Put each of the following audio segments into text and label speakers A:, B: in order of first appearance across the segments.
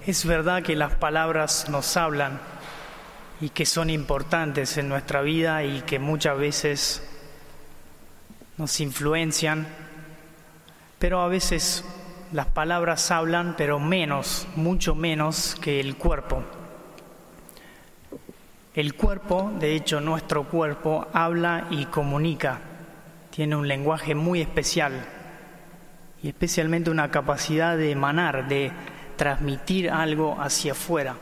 A: Es verdad que las palabras nos hablan y que son importantes en nuestra vida y que muchas veces nos influencian, pero a veces las palabras hablan, pero menos, mucho menos que el cuerpo. El cuerpo, de hecho nuestro cuerpo, habla y comunica, tiene un lenguaje muy especial y especialmente una capacidad de emanar, de transmitir algo hacia afuera.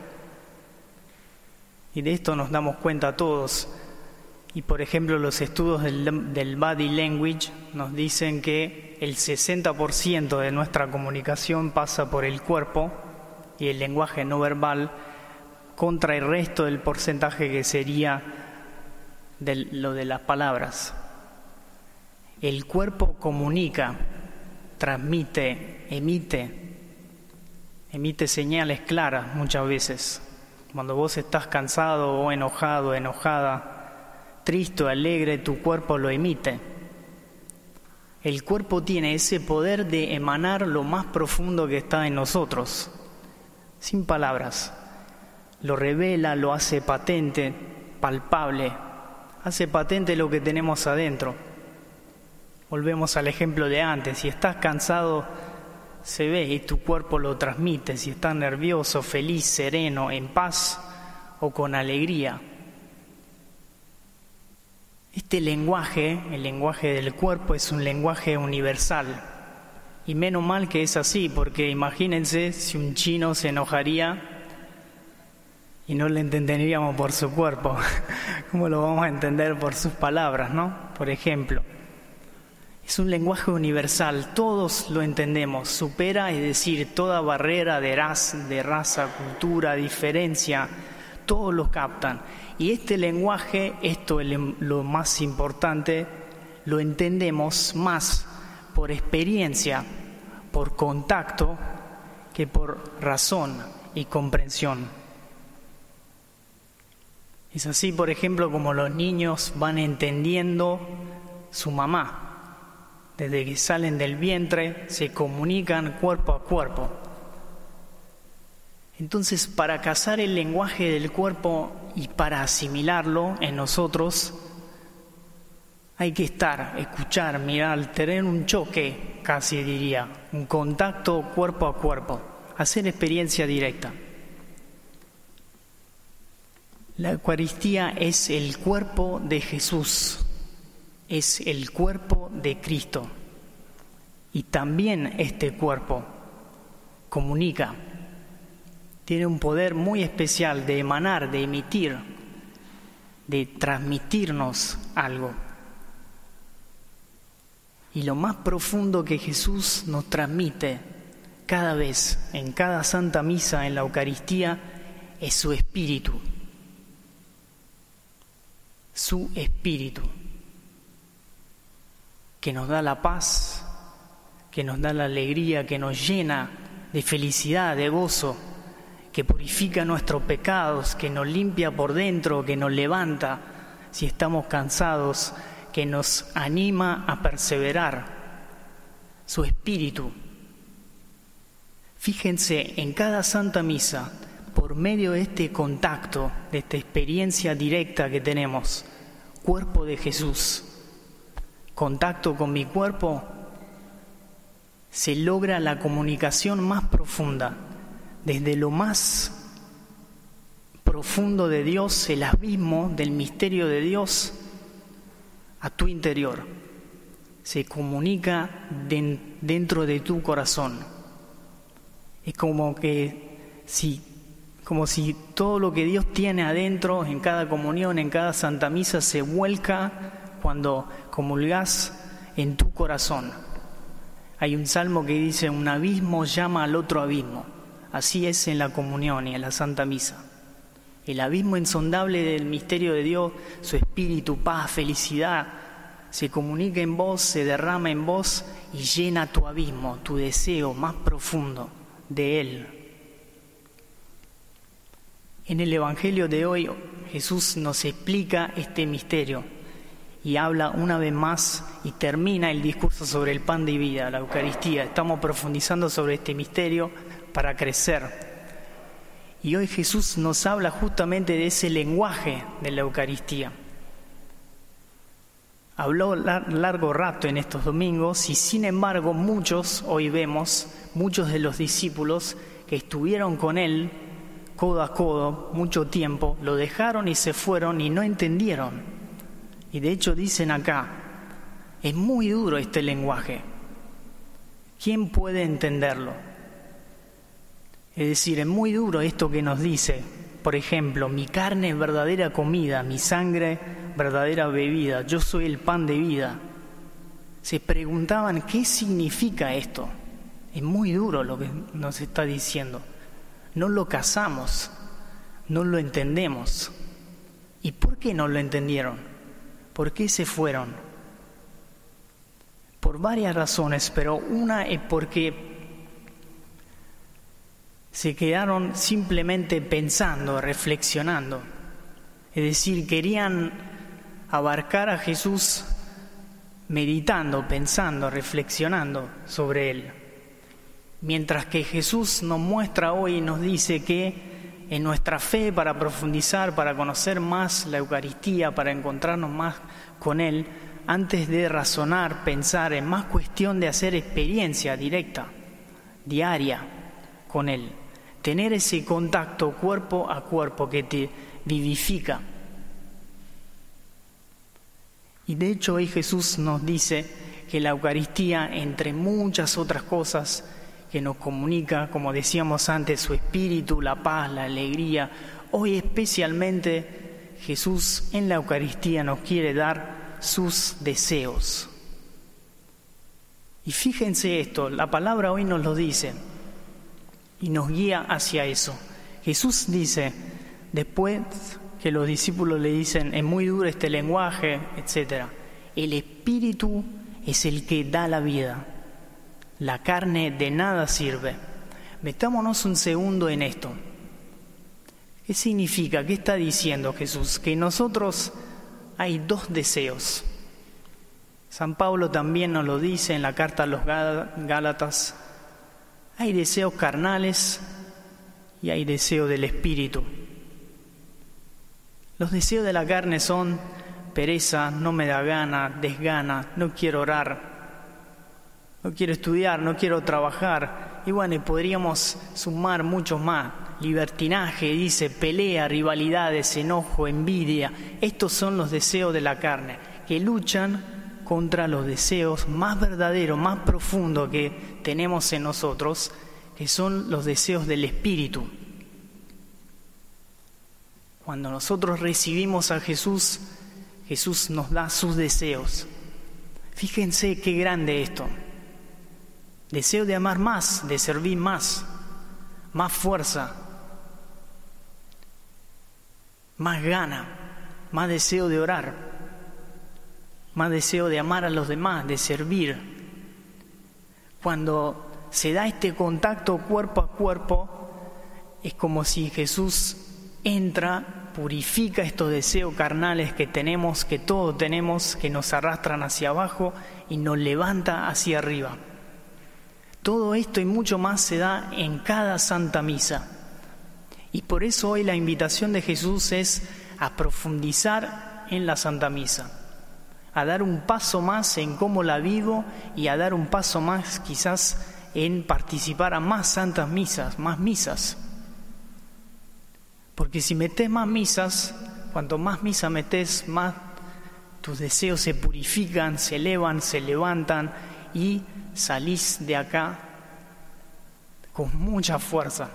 A: Y de esto nos damos cuenta todos. Y por ejemplo, los estudios del body language nos dicen que el 60% de nuestra comunicación pasa por el cuerpo y el lenguaje no verbal, contra el resto del porcentaje que sería lo de las palabras. El cuerpo comunica, transmite, emite señales claras muchas veces. Cuando vos estás cansado o enojado, enojada, triste o alegre, tu cuerpo lo emite. El cuerpo tiene ese poder de emanar lo más profundo que está en nosotros, sin palabras. Lo revela, lo hace patente, palpable, hace patente lo que tenemos adentro. Volvemos al ejemplo de antes, si estás cansado, se ve y tu cuerpo lo transmite, si estás nervioso, feliz, sereno, en paz o con alegría. Este lenguaje, el lenguaje del cuerpo, es un lenguaje universal. Y menos mal que es así, porque imagínense si un chino se enojaría y no le entenderíamos por su cuerpo. ¿Cómo lo vamos a entender por sus palabras, no? Por ejemplo. Es un lenguaje universal, todos lo entendemos, supera, es decir, toda barrera de raza, cultura, diferencia, todos lo captan. Y este lenguaje, esto es lo más importante, lo entendemos más por experiencia, por contacto, que por razón y comprensión. Es así, por ejemplo, como los niños van entendiendo su mamá. Desde que salen del vientre se comunican cuerpo a cuerpo. Entonces, para cazar el lenguaje del cuerpo y para asimilarlo en nosotros, hay que escuchar, mirar, tener un choque, casi diría, un contacto cuerpo a cuerpo, hacer experiencia directa. La Eucaristía es el cuerpo de Jesús. Es el cuerpo de Cristo y también este cuerpo comunica, tiene un poder muy especial de emanar, de emitir, de transmitirnos algo. Y lo más profundo que Jesús nos transmite cada vez, en cada Santa Misa, en la Eucaristía, es su Espíritu. Su Espíritu, que nos da la paz, que nos da la alegría, que nos llena de felicidad, de gozo, que purifica nuestros pecados, que nos limpia por dentro, que nos levanta si estamos cansados, que nos anima a perseverar. Su Espíritu. Fíjense, en cada Santa Misa, por medio de este contacto, de esta experiencia directa que tenemos, cuerpo de Jesús, contacto con mi cuerpo, se logra la comunicación más profunda, desde lo más profundo de Dios, el abismo del misterio de Dios, a tu interior. Se comunica dentro de tu corazón. Es como si todo lo que Dios tiene adentro, en cada comunión, en cada Santa Misa, se vuelca cuando comulgás en tu corazón. Hay un salmo que dice: un abismo llama al otro abismo. Así es en la comunión y en la Santa Misa. El abismo insondable del misterio de Dios, su espíritu, paz, felicidad, se comunica en vos, se derrama en vos y llena tu abismo, tu deseo más profundo de Él. En el Evangelio de hoy, Jesús nos explica este misterio y habla una vez más y termina el discurso sobre el pan de vida, la Eucaristía. Estamos profundizando sobre este misterio para crecer Y hoy Jesús nos habla justamente de ese lenguaje de la Eucaristía. Habló largo rato en estos domingos y sin embargo hoy vemos, muchos de los discípulos que estuvieron con Él codo a codo mucho tiempo, lo dejaron y se fueron y no entendieron. Y de hecho dicen acá, es muy duro este lenguaje. ¿Quién puede entenderlo? Es decir, es muy duro esto que nos dice, por ejemplo, mi carne es verdadera comida, mi sangre verdadera bebida, yo soy el pan de vida. Se preguntaban, ¿qué significa esto? Es muy duro lo que nos está diciendo. No lo cazamos, no lo entendemos. ¿Y por qué no lo entendieron? ¿Por qué se fueron? Por varias razones, pero una es porque se quedaron simplemente pensando, reflexionando. Es decir, querían abarcar a Jesús meditando, pensando, reflexionando sobre Él. Mientras que Jesús nos muestra hoy y nos dice que en nuestra fe, para profundizar, para conocer más la Eucaristía, para encontrarnos más con Él, antes de razonar, pensar, es más cuestión de hacer experiencia directa, diaria, con Él. Tener ese contacto cuerpo a cuerpo que te vivifica. Y de hecho hoy Jesús nos dice que la Eucaristía, entre muchas otras cosas que nos comunica, como decíamos antes, su espíritu, la paz, la alegría, hoy especialmente Jesús en la Eucaristía nos quiere dar sus deseos. Y fíjense esto, la palabra hoy nos lo dice y nos guía hacia eso. Jesús dice, después que los discípulos le dicen, es muy duro este lenguaje, etc., el Espíritu es el que da la vida. La carne de nada sirve. Metámonos un segundo en esto. ¿Qué significa? ¿Qué está diciendo Jesús? Que nosotros hay dos deseos. San Pablo también nos lo dice en la carta a los Gálatas. Hay deseos carnales y hay deseo del Espíritu. Los deseos de la carne son pereza, no me da gana, desgana, no quiero orar, no quiero estudiar, no quiero trabajar. Y bueno, podríamos sumar muchos más. Libertinaje, dice, pelea, rivalidades, enojo, envidia. Estos son los deseos de la carne, que luchan contra los deseos más verdaderos, más profundos que tenemos en nosotros, que son los deseos del Espíritu. Cuando nosotros recibimos a Jesús, Jesús nos da sus deseos. Fíjense qué grande esto. Deseo de amar más, de servir más fuerza, más gana, más deseo de orar, más deseo de amar a los demás, de servir. Cuando se da este contacto cuerpo a cuerpo, es como si Jesús entra, purifica estos deseos carnales que tenemos, que todos tenemos, que nos arrastran hacia abajo y nos levanta hacia arriba. Todo esto y mucho más se da en cada Santa Misa. Y por eso hoy la invitación de Jesús es a profundizar en la Santa Misa, a dar un paso más en cómo la vivo y a dar un paso más quizás en participar a más santas misas, más misas. Porque si metés más misas, cuanto más misa metés, más tus deseos se purifican, se elevan, se levantan y salís de acá con mucha fuerza.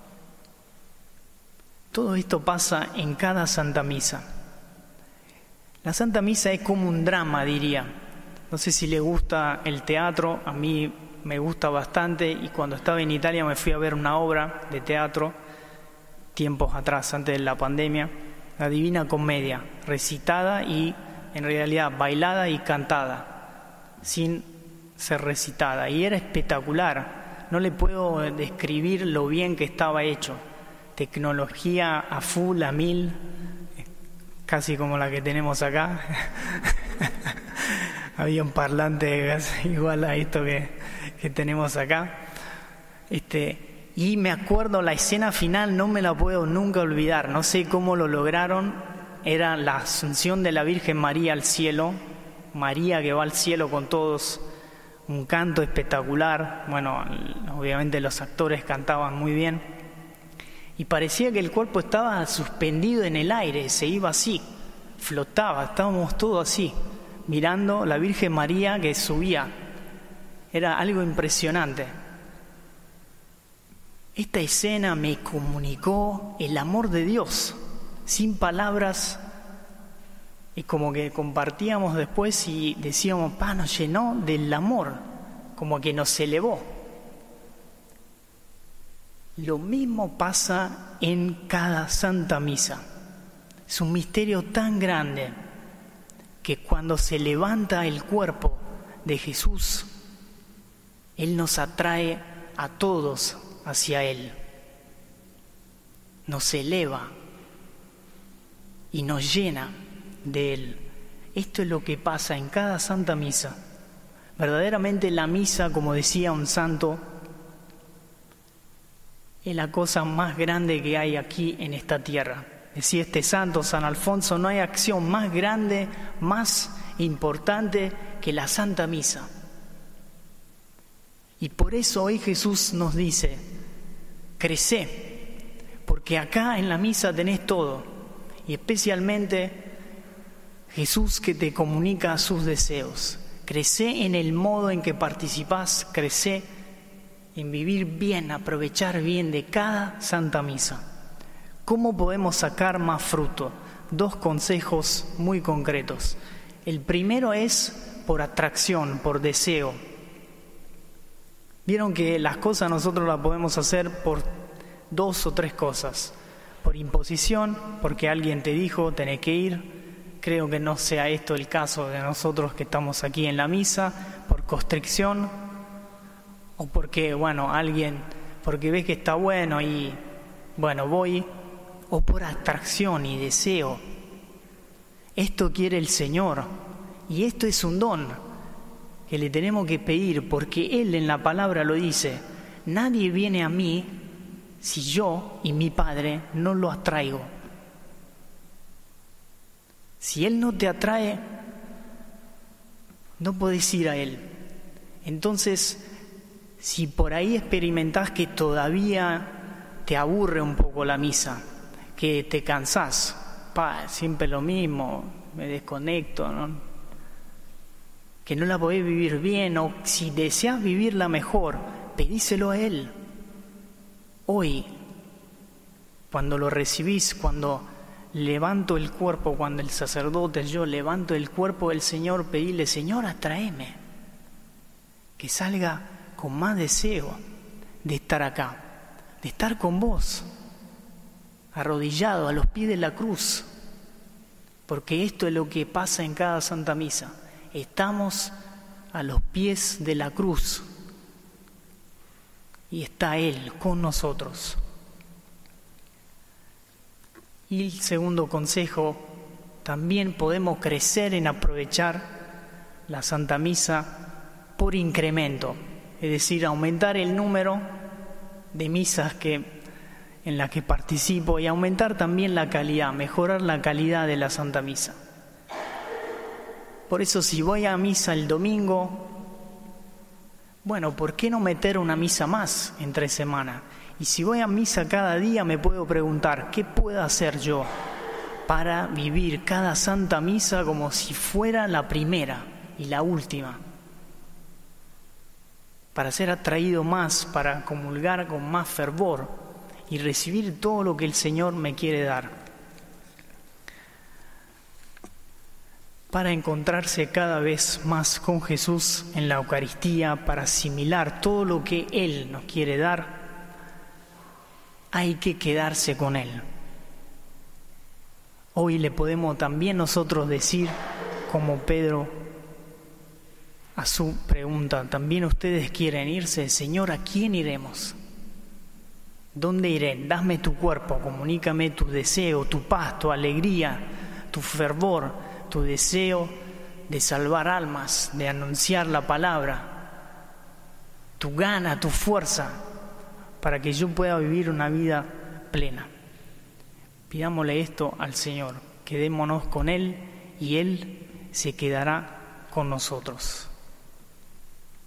A: Todo esto pasa en cada Santa Misa. La Santa Misa es como un drama, diría. No sé si le gusta el teatro, a mí me gusta bastante, y cuando estaba en Italia me fui a ver una obra de teatro tiempos atrás, antes de la pandemia, la Divina Comedia, recitada y en realidad bailada y cantada, sin ser recitada, y era espectacular. No le puedo describir lo bien que estaba hecho. Tecnología a full, a 1000, casi como la que tenemos acá. Había un parlante igual a esto que tenemos acá. Y me acuerdo la escena final, no me la puedo nunca olvidar, no sé cómo lo lograron, era la asunción de la Virgen María al cielo, María que va al cielo con todos, un canto espectacular, bueno, obviamente los actores cantaban muy bien, y parecía que el cuerpo estaba suspendido en el aire, se iba así, flotaba, estábamos todos así, mirando la Virgen María que subía, era algo impresionante. Esta escena me comunicó el amor de Dios, sin palabras, y como que compartíamos después y decíamos, nos llenó del amor, como que nos elevó. Lo mismo pasa en cada Santa Misa. Es un misterio tan grande que cuando se levanta el cuerpo de Jesús, Él nos atrae a todos hacia Él, nos eleva y nos llena de Él. Esto es lo que pasa en cada Santa Misa. Verdaderamente la misa, como decía un santo, es la cosa más grande que hay aquí en esta tierra. Decía este santo, San Alfonso, no hay acción más grande, más importante que la Santa Misa. Y por eso hoy Jesús nos dice, crecé, porque acá en la misa tenés todo, y especialmente Jesús que te comunica sus deseos. Crecé en el modo en que participás, crecé en vivir bien, aprovechar bien de cada Santa Misa. ¿Cómo podemos sacar más fruto? 2 consejos muy concretos. El primero es por atracción, por deseo. Vieron que las cosas nosotros las podemos hacer por 2 o 3 cosas. Por imposición, porque alguien te dijo tenés que ir. Creo que no sea esto el caso de nosotros que estamos aquí en la misa. Por constricción, o porque, alguien, porque ves que está bueno y, voy. O por atracción y deseo. Esto quiere el Señor. Y esto es un don que le tenemos que pedir, porque Él en la palabra lo dice, nadie viene a mí si yo y mi Padre no lo atraigo. Si Él no te atrae, no podés ir a Él. Entonces, si por ahí experimentás que todavía te aburre un poco la misa, que te cansás, siempre lo mismo, me desconecto, ¿no? Que no la podés vivir bien, o si deseas vivirla mejor, pedíselo a Él. Hoy, cuando lo recibís, cuando levanto el cuerpo, cuando el sacerdote, yo levanto el cuerpo del Señor, pedile, Señor, atráeme, que salga con más deseo de estar acá, de estar con vos, arrodillado a los pies de la cruz, porque esto es lo que pasa en cada Santa Misa. Estamos a los pies de la cruz y está Él con nosotros. Y el segundo consejo, también podemos crecer en aprovechar la Santa Misa por incremento, es decir, aumentar el número de misas en las que participo y aumentar también la calidad, mejorar la calidad de la Santa Misa. Por eso si voy a misa el domingo, ¿por qué no meter una misa más entre semana? Y si voy a misa cada día me puedo preguntar, ¿qué puedo hacer yo para vivir cada Santa Misa como si fuera la primera y la última? Para ser atraído más, para comulgar con más fervor y recibir todo lo que el Señor me quiere dar. Para encontrarse cada vez más con Jesús en la Eucaristía, para asimilar todo lo que Él nos quiere dar, hay que quedarse con Él. Hoy le podemos también nosotros decir, como Pedro, a su pregunta, ¿también ustedes quieren irse? Señor, ¿a quién iremos? ¿Dónde iré? Dame tu cuerpo, comunícame tu deseo, tu paz, tu alegría, tu fervor, tu deseo de salvar almas, de anunciar la palabra, tu gana, tu fuerza, para que yo pueda vivir una vida plena. Pidámosle esto al Señor, quedémonos con Él y Él se quedará con nosotros.